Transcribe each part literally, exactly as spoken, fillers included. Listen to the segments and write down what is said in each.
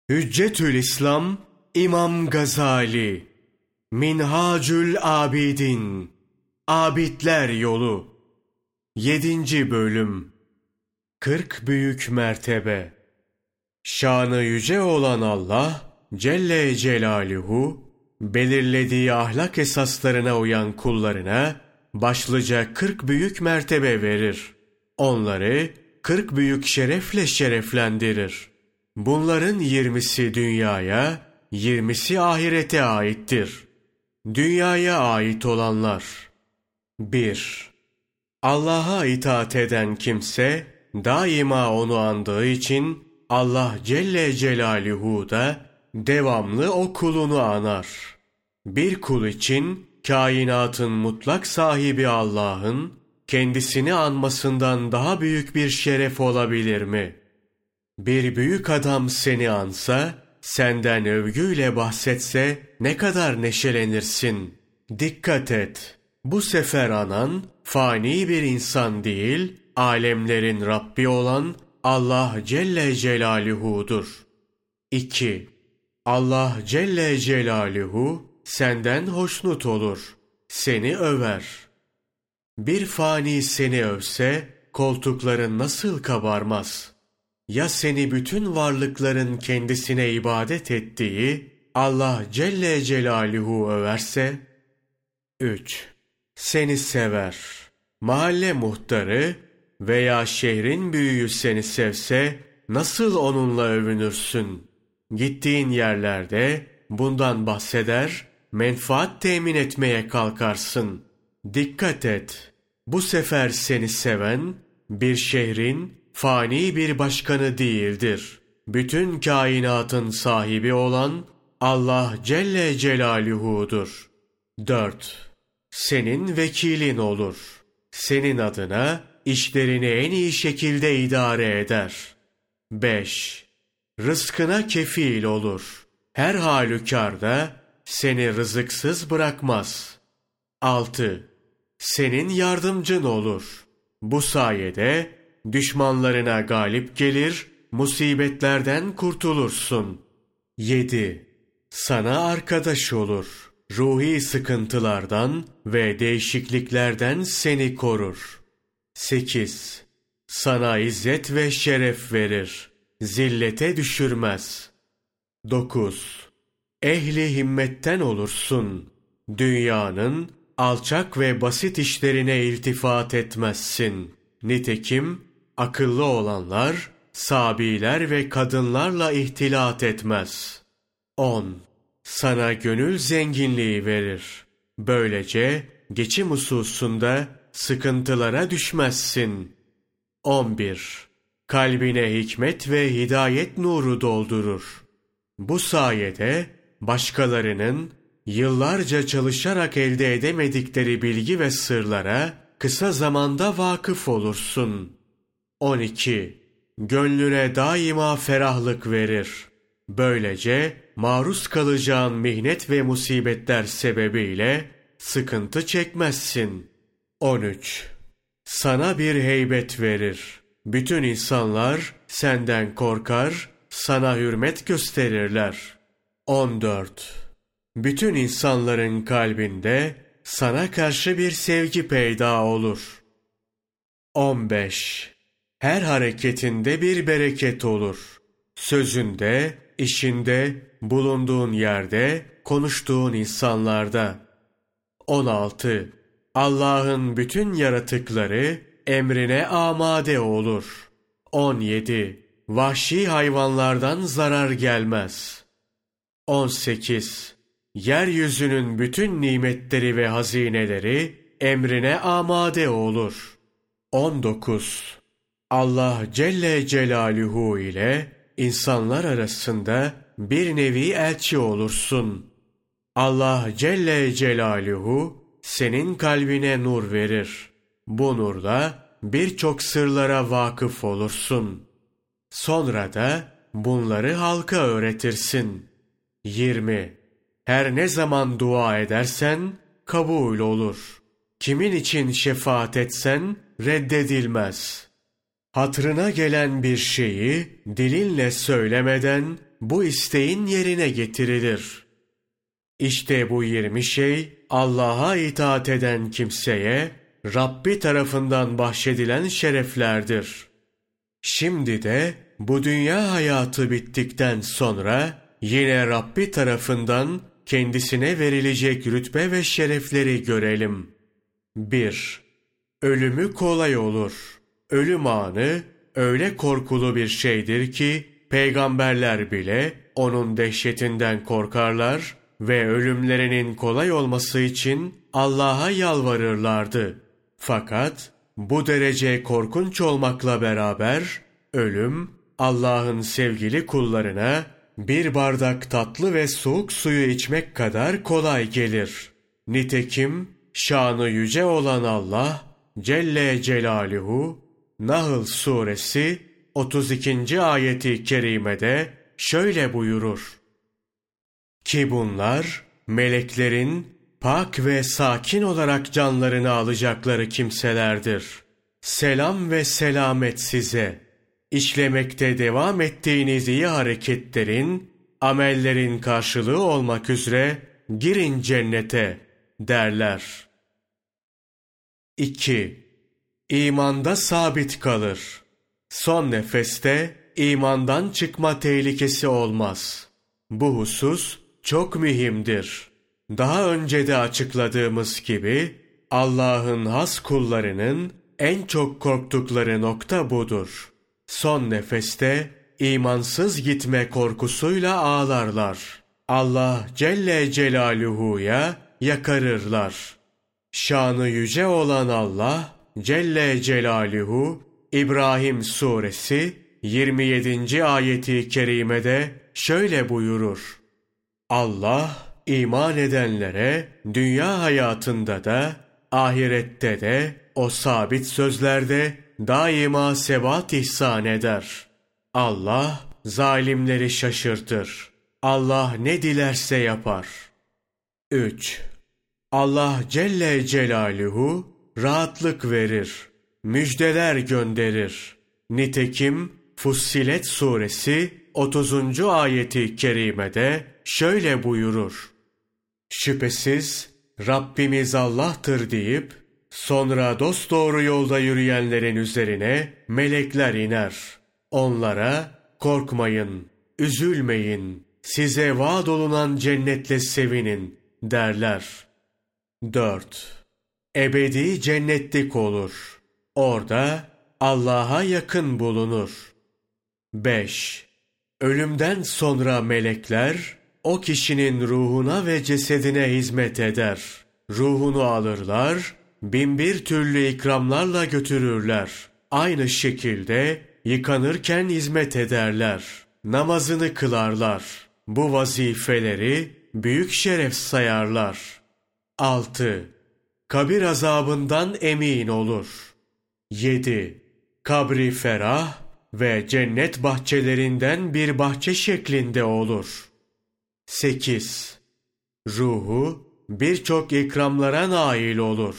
Hüccetül İslam İmam Gazali Minhacül Abidin Abidler Yolu yedinci Bölüm kırk Büyük Mertebe. Şanı yüce olan Allah Celle Celaluhu belirlediği ahlak esaslarına uyan kullarına başlıca kırk büyük mertebe verir. Onları kırk büyük şerefle şereflendirir. Bunların yirmisi dünyaya, yirmisi ahirete aittir. Dünyaya ait olanlar: bir Allah'a itaat eden kimse, daima onu andığı için Allah Celle Celaluhu da devamlı o kulunu anar. Bir kul için kainatın mutlak sahibi Allah'ın kendisini anmasından daha büyük bir şeref olabilir mi? Bir büyük adam seni ansa, senden övgüyle bahsetse ne kadar neşelenirsin. Dikkat et, bu sefer anan fani bir insan değil, alemlerin Rabbi olan Allah Celle Celaluhu'dur. iki Allah Celle Celaluhu senden hoşnut olur, seni över. Bir fani seni övse, koltukların nasıl kabarmaz? Ya seni bütün varlıkların kendisine ibadet ettiği Allah Celle Celaluhu överse? üç Seni sever. Mahalle muhtarı veya şehrin büyüğü seni sevse, nasıl onunla övünürsün? Gittiğin yerlerde bundan bahseder, menfaat temin etmeye kalkarsın. Dikkat et, bu sefer seni seven, bir şehrin fani bir başkanı değildir. Bütün kainatın sahibi olan Allah Celle Celaluhu'dur. dört Senin vekilin olur. Senin adına işlerini en iyi şekilde idare eder. beş Rızkına kefil olur. Her halükarda seni rızıksız bırakmaz. altı Senin yardımcın olur. Bu sayede düşmanlarına galip gelir, musibetlerden kurtulursun. yedi Sana arkadaş olur. Ruhi sıkıntılardan ve değişikliklerden seni korur. sekiz Sana izzet ve şeref verir. Zillete düşürmez. dokuz Ehli himmetten olursun. Dünyanın alçak ve basit işlerine iltifat etmezsin. Nitekim akıllı olanlar, sabiler ve kadınlarla ihtilat etmez. on Sana gönül zenginliği verir. Böylece geçim hususunda sıkıntılara düşmezsin. on bir Kalbine hikmet ve hidayet nuru doldurur. Bu sayede başkalarının yıllarca çalışarak elde edemedikleri bilgi ve sırlara kısa zamanda vakıf olursun. on iki Gönlüne daima ferahlık verir. Böylece maruz kalacağın mihnet ve musibetler sebebiyle sıkıntı çekmezsin. on üç Sana bir heybet verir. Bütün insanlar senden korkar, sana hürmet gösterirler. on dört Bütün insanların kalbinde sana karşı bir sevgi peyda olur. on beş Her hareketinde bir bereket olur. Sözünde, işinde, bulunduğun yerde, konuştuğun insanlarda. on altı Allah'ın bütün yaratıkları emrine amade olur. on yedi Vahşi hayvanlardan zarar gelmez. on sekiz Yeryüzünün bütün nimetleri ve hazineleri emrine amade olur. on dokuz Allah Celle Celaluhu ile insanlar arasında bir nevi elçi olursun. Allah Celle Celaluhu senin kalbine nur verir. Bu nurla birçok sırlara vakıf olursun. Sonra da bunları halka öğretirsin. yirmi Her ne zaman dua edersen kabul olur. Kimin için şefaat etsen reddedilmez. Hatırına gelen bir şeyi dilinle söylemeden bu isteğin yerine getirilir. İşte bu yirmi şey Allah'a itaat eden kimseye Rabbi tarafından bahşedilen şereflerdir. Şimdi de bu dünya hayatı bittikten sonra yine Rabbi tarafından kendisine verilecek rütbe ve şerefleri görelim. bir. Ölümü kolay olur. Ölüm anı öyle korkulu bir şeydir ki peygamberler bile onun dehşetinden korkarlar ve ölümlerinin kolay olması için Allah'a yalvarırlardı. Fakat bu derece korkunç olmakla beraber ölüm Allah'ın sevgili kullarına bir bardak tatlı ve soğuk suyu içmek kadar kolay gelir. Nitekim şanı yüce olan Allah Celle Celaluhu Nahl suresi otuz ikinci ayeti kerimede şöyle buyurur: Ki bunlar meleklerin pak ve sakin olarak canlarını alacakları kimselerdir. Selam ve selamet size. İşlemekte devam ettiğiniz iyi hareketlerin, amellerin karşılığı olmak üzere girin cennete derler. iki. İmanda sabit kalır. Son nefeste imandan çıkma tehlikesi olmaz. Bu husus çok mühimdir. Daha önce de açıkladığımız gibi Allah'ın has kullarının en çok korktukları nokta budur. Son nefeste imansız gitme korkusuyla ağlarlar. Allah Celle Celaluhu'ya yakarırlar. Şanı yüce olan Allah Celle Celaluhu İbrahim suresi yirmi yedinci ayeti kerimede şöyle buyurur: Allah iman edenlere dünya hayatında da ahirette de o sabit sözlerde daima sebat ihsan eder. Allah zalimleri şaşırtır. Allah ne dilerse yapar. üç. Allah Celle Celaluhu rahatlık verir, müjdeler gönderir. Nitekim Fussilet suresi otuzuncu ayeti kerimede şöyle buyurur: Şüphesiz Rabbimiz Allah'tır deyip sonra dosdoğru yolda yürüyenlerin üzerine melekler iner. Onlara korkmayın, üzülmeyin, size vaad olunan cennetle sevinin derler. dört. Ebedi cennetlik olur. Orada Allah'a yakın bulunur. beş. Ölümden sonra melekler o kişinin ruhuna ve cesedine hizmet eder. Ruhunu alırlar, binbir türlü ikramlarla götürürler. Aynı şekilde yıkanırken hizmet ederler. Namazını kılarlar. Bu vazifeleri büyük şeref sayarlar. altı. Kabir azabından emin olur. yedi. Kabri ferah ve cennet bahçelerinden bir bahçe şeklinde olur. sekiz. Ruhu birçok ikramlara nail olur.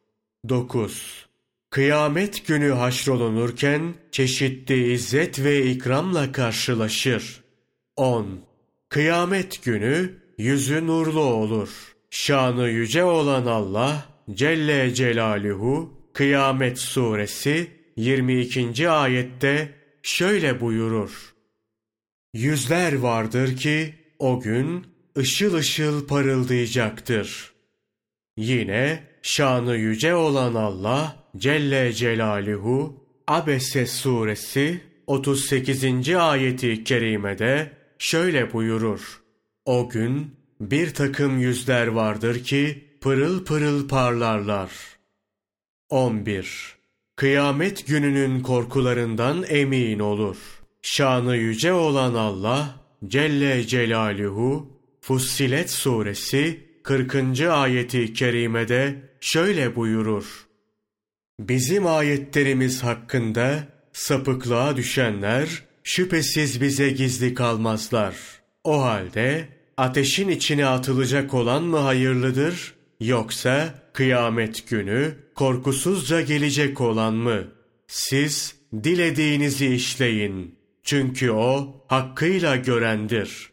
dokuz. Kıyamet günü haşrolunurken çeşitli izzet ve ikramla karşılaşır. on. Kıyamet günü yüzü nurlu olur. Şanı yüce olan Allah Celle Celaluhu Kıyamet suresi yirmi ikinci ayette şöyle buyurur: Yüzler vardır ki o gün ışıl ışıl parıldayacaktır. Yine şanı yüce olan Allah Celle Celaluhu Abese suresi otuz sekizinci ayeti kerimede şöyle buyurur: O gün bir takım yüzler vardır ki pırıl pırıl parlarlar. on bir. Kıyamet gününün korkularından emin olur. Şanı yüce olan Allah Celle Celaluhu Fussilet suresi kırkıncı ayeti kerimede şöyle buyurur: Bizim ayetlerimiz hakkında sapıklığa düşenler şüphesiz bize gizli kalmazlar. O halde ateşin içine atılacak olan mı hayırlıdır, yoksa kıyamet günü korkusuzca gelecek olan mı? Siz dilediğinizi işleyin. Çünkü o hakkıyla görendir.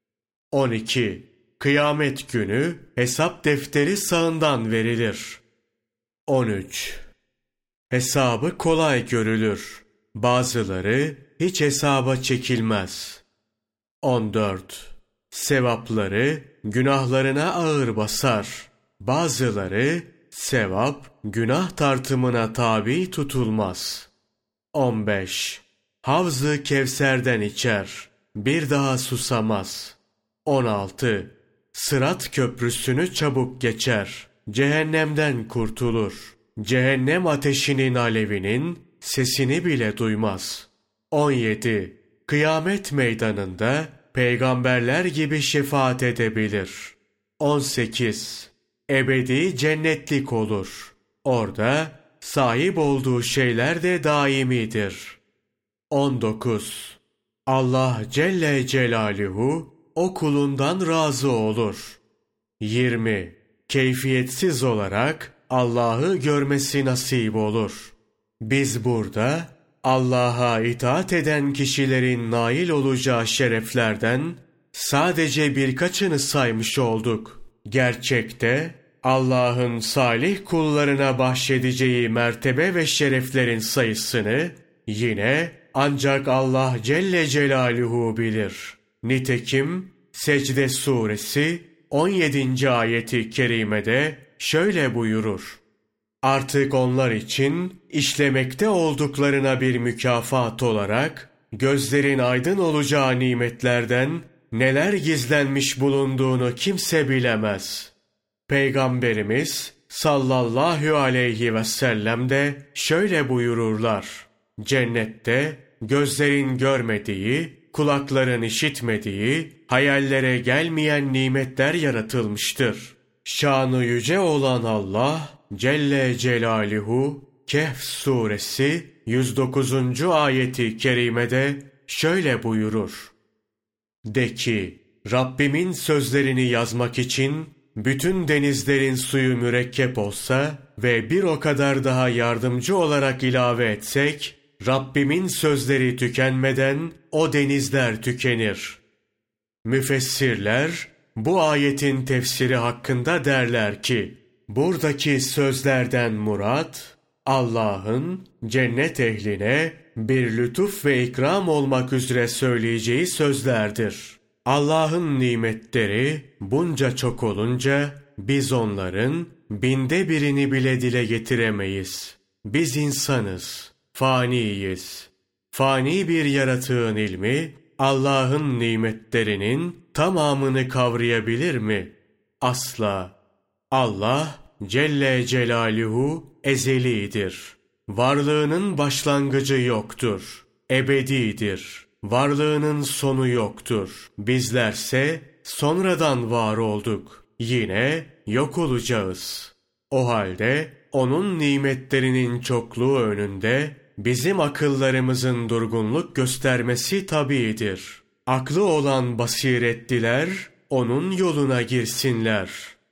on iki. Kıyamet günü hesap defteri sağından verilir. on üç. Hesabı kolay görülür. Bazıları hiç hesaba çekilmez. on dört. Sevapları günahlarına ağır basar. Bazıları sevap günah tartımına tabi tutulmaz. on beş. Havz-ı Kevser'den içer, bir daha susamaz. on altı. Sırat köprüsünü çabuk geçer, cehennemden kurtulur. Cehennem ateşinin alevinin sesini bile duymaz. on yedi. Kıyamet meydanında peygamberler gibi şefaat edebilir. on sekiz. Ebedi cennetlik olur. Orada sahip olduğu şeyler de daimidir. on dokuz. Allah Celle Celaluhu o kulundan razı olur. yirmi. Keyfiyetsiz olarak Allah'ı görmesi nasip olur. Biz burada Allah'a itaat eden kişilerin nail olacağı şereflerden sadece birkaçını saymış olduk. Gerçekte Allah'ın salih kullarına bahşedeceği mertebe ve şereflerin sayısını yine ancak Allah Celle Celaluhu bilir. Nitekim Secde suresi on yedinci ayeti kerimede şöyle buyurur: Artık onlar için işlemekte olduklarına bir mükafat olarak gözlerin aydın olacağı nimetlerden neler gizlenmiş bulunduğunu kimse bilemez. Peygamberimiz sallallahu aleyhi ve sellem de şöyle buyururlar: Cennette gözlerin görmediği, kulakların işitmediği, hayallere gelmeyen nimetler yaratılmıştır. Şanı yüce olan Allah Celle Celaluhu Kehf suresi yüz dokuzuncu ayeti kerimede şöyle buyurur: De ki, Rabbimin sözlerini yazmak için bütün denizlerin suyu mürekkep olsa ve bir o kadar daha yardımcı olarak ilave etsek, Rabbimin sözleri tükenmeden o denizler tükenir. Müfessirler bu ayetin tefsiri hakkında derler ki, buradaki sözlerden murat, Allah'ın cennet ehline bir lütuf ve ikram olmak üzere söyleyeceği sözlerdir. Allah'ın nimetleri bunca çok olunca biz onların binde birini bile dile getiremeyiz. Biz insanız, faniyiz. Fani bir yaratığın ilmi Allah'ın nimetlerinin tamamını kavrayabilir mi? Asla. Allah Celle Celaluhu ezelidir. Varlığının başlangıcı yoktur. Ebedidir. Varlığının sonu yoktur. Bizlerse sonradan var olduk. Yine yok olacağız. O halde onun nimetlerinin çokluğu önünde bizim akıllarımızın durgunluk göstermesi tabiidir. Aklı olan basiretliler onun yoluna girsinler.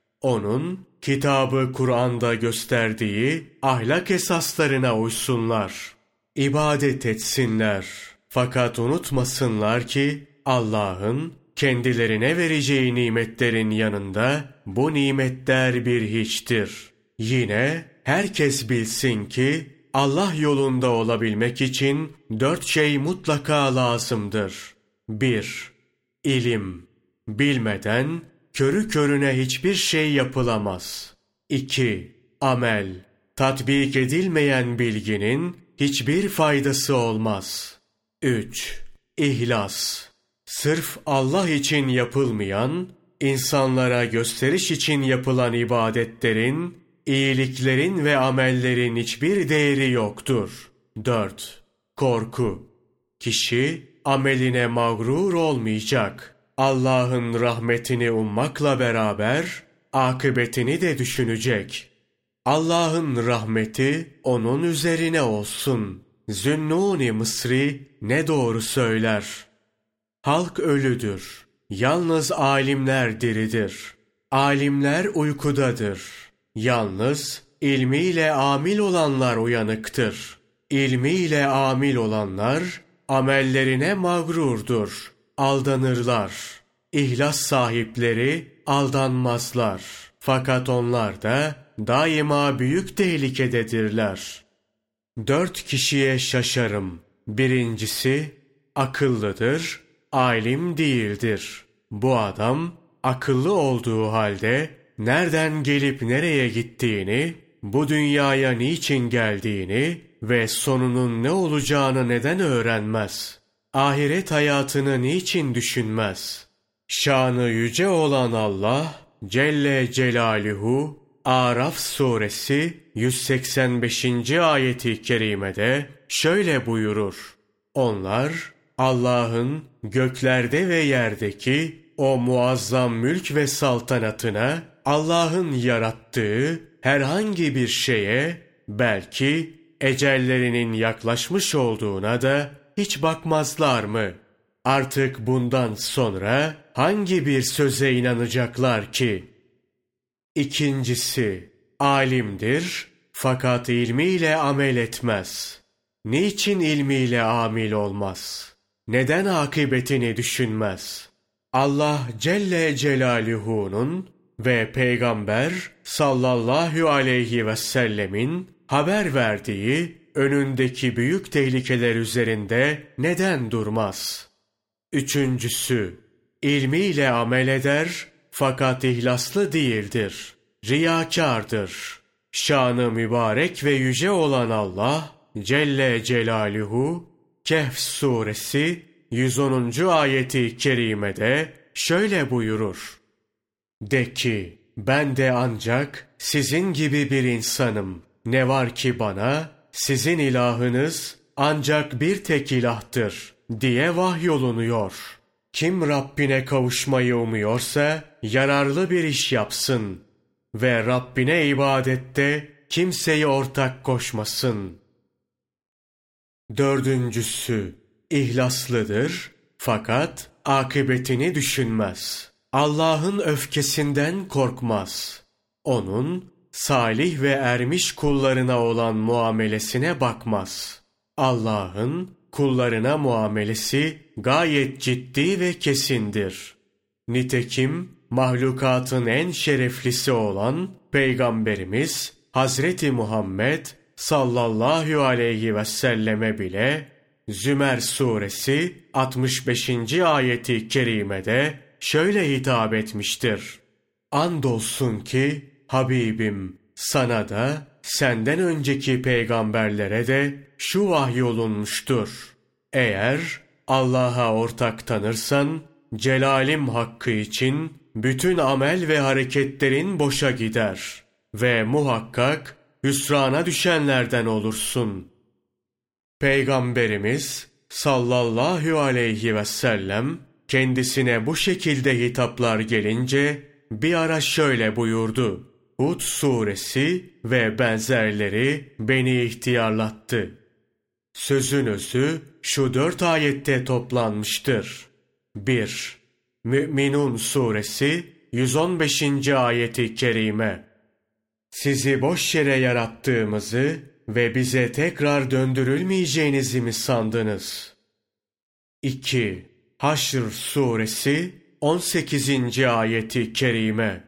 Onun kitabı Kur'an'da gösterdiği ahlak esaslarına uysunlar. İbadet etsinler. Fakat unutmasınlar ki Allah'ın kendilerine vereceği nimetlerin yanında bu nimetler bir hiçtir. Yine herkes bilsin ki Allah yolunda olabilmek için dört şey mutlaka lazımdır. bir. İlim. Bilmeden körü körüne hiçbir şey yapılamaz. iki. Amel. Tatbik edilmeyen bilginin hiçbir faydası olmaz. üç. İhlas. Sırf Allah için yapılmayan, insanlara gösteriş için yapılan ibadetlerin, iyiliklerin ve amellerin hiçbir değeri yoktur. dört. Korku. Kişi ameline mağrur olmayacak. Allah'ın rahmetini ummakla beraber akıbetini de düşünecek. Allah'ın rahmeti onun üzerine olsun. Zünnûn-i Mısri ne doğru söyler. Halk ölüdür. Yalnız alimler diridir. Alimler uykudadır. Yalnız ilmiyle amil olanlar uyanıktır. İlmiyle amil olanlar amellerine mağrurdur, aldanırlar. İhlas sahipleri aldanmazlar. Fakat onlar da daima büyük tehlikededirler. Dört kişiye şaşarım. Birincisi, akıllıdır, alim değildir. Bu adam, akıllı olduğu halde, nereden gelip nereye gittiğini, bu dünyaya niçin geldiğini ve sonunun ne olacağını neden öğrenmez? Ahiret hayatını niçin düşünmez? Şanı yüce olan Allah, Celle Celaluhu, Araf suresi yüz seksen beşinci ayeti kerimede şöyle buyurur. Onlar, Allah'ın göklerde ve yerdeki o muazzam mülk ve saltanatına, Allah'ın yarattığı herhangi bir şeye, belki ecellerinin yaklaşmış olduğuna da hiç bakmazlar mı? Artık bundan sonra hangi bir söze inanacaklar ki? İkincisi, alimdir fakat ilmiyle amel etmez. Niçin ilmiyle amil olmaz? Neden akıbetini düşünmez? Allah Celle Celaluhu'nun ve Peygamber sallallahu aleyhi ve sellemin haber verdiği önündeki büyük tehlikeler üzerinde neden durmaz? Üçüncüsü, ilmiyle amel eder fakat ihlaslı değildir. Riyakârdır. Şanı mübarek ve yüce olan Allah Celle Celaluhu, Kehf suresi yüz onuncu ayeti kerimede şöyle buyurur. De ki, ben de ancak sizin gibi bir insanım. Ne var ki bana, sizin ilahınız ancak bir tek ilahtır diye vahyolunuyor. Kim Rabbine kavuşmayı umuyorsa yararlı bir iş yapsın ve Rabbine ibadette kimseyi ortak koşmasın. Dördüncüsü, ihlaslıdır fakat akıbetini düşünmez. Allah'ın öfkesinden korkmaz. Onun salih ve ermiş kullarına olan muamelesine bakmaz. Allah'ın kullarına muamelesi gayet ciddi ve kesindir. Nitekim mahlukatın en şereflisi olan Peygamberimiz Hazreti Muhammed sallallahu aleyhi ve selleme bile Zümer suresi altmış beşinci ayeti kerimede şöyle hitap etmiştir. Andolsun ki Habibim, sana da senden önceki peygamberlere de şu vahyolunmuştur. Eğer Allah'a ortak tanırsan, celalim hakkı için bütün amel ve hareketlerin boşa gider ve muhakkak hüsrana düşenlerden olursun. Peygamberimiz sallallahu aleyhi ve sellem kendisine bu şekilde hitaplar gelince bir ara şöyle buyurdu. Hud suresi ve benzerleri beni ihtiyarlattı. Sözün özü şu dört ayette toplanmıştır. bir. Mü'minun suresi yüz on beşinci ayeti kerime. Sizi boş yere yarattığımızı ve bize tekrar döndürülmeyeceğinizi mi sandınız? iki. Haşr suresi on sekizinci ayeti kerime.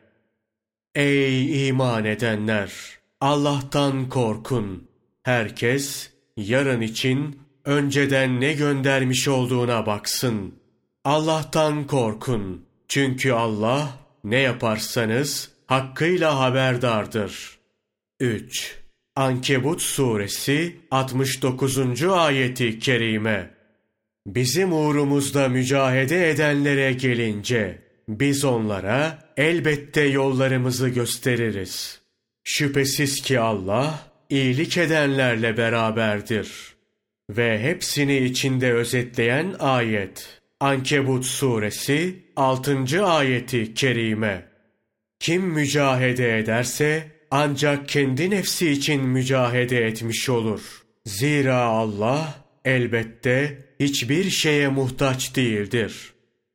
Ey iman edenler! Allah'tan korkun. Herkes yarın için önceden ne göndermiş olduğuna baksın. Allah'tan korkun. Çünkü Allah ne yaparsanız hakkıyla haberdardır. üç. Ankebut suresi altmış dokuzuncu ayeti kerime. Bizim uğrumuzda mücahede edenlere gelince biz onlara elbette yollarımızı gösteririz. Şüphesiz ki Allah iyilik edenlerle beraberdir. Ve hepsini içinde özetleyen ayet. Ankebut suresi altıncı ayeti kerime. Kim mücahede ederse ancak kendi nefsi için mücahede etmiş olur. Zira Allah elbette hiçbir şeye muhtaç değildir.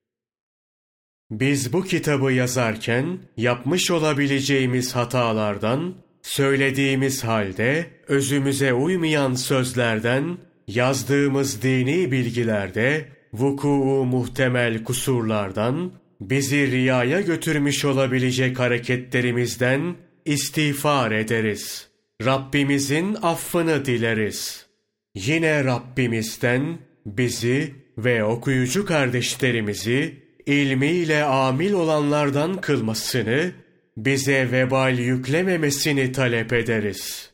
Biz bu kitabı yazarken yapmış olabileceğimiz hatalardan, söylediğimiz halde özümüze uymayan sözlerden yazdığımız dini bilgilerde vuku muhtemel kusurlardan, bizi riyaya götürmüş olabilecek hareketlerimizden istiğfar ederiz. Rabbimizin affını dileriz. Yine Rabbimizden bizi ve okuyucu kardeşlerimizi ilmiyle amil olanlardan kılmasını, bize vebal yüklememesini talep ederiz.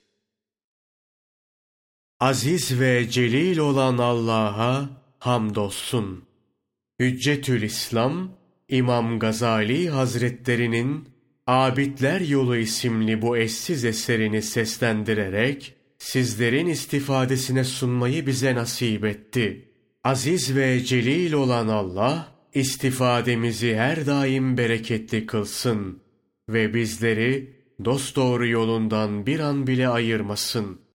Aziz ve celil olan Allah'a hamdolsun. Hüccetül İslam, İmam Gazali Hazretlerinin Abidler Yolu isimli bu eşsiz eserini seslendirerek sizlerin istifadesine sunmayı bize nasip etti. Aziz ve celil olan Allah, istifademizi her daim bereketli kılsın ve bizleri dosdoğru yolundan bir an bile ayırmasın.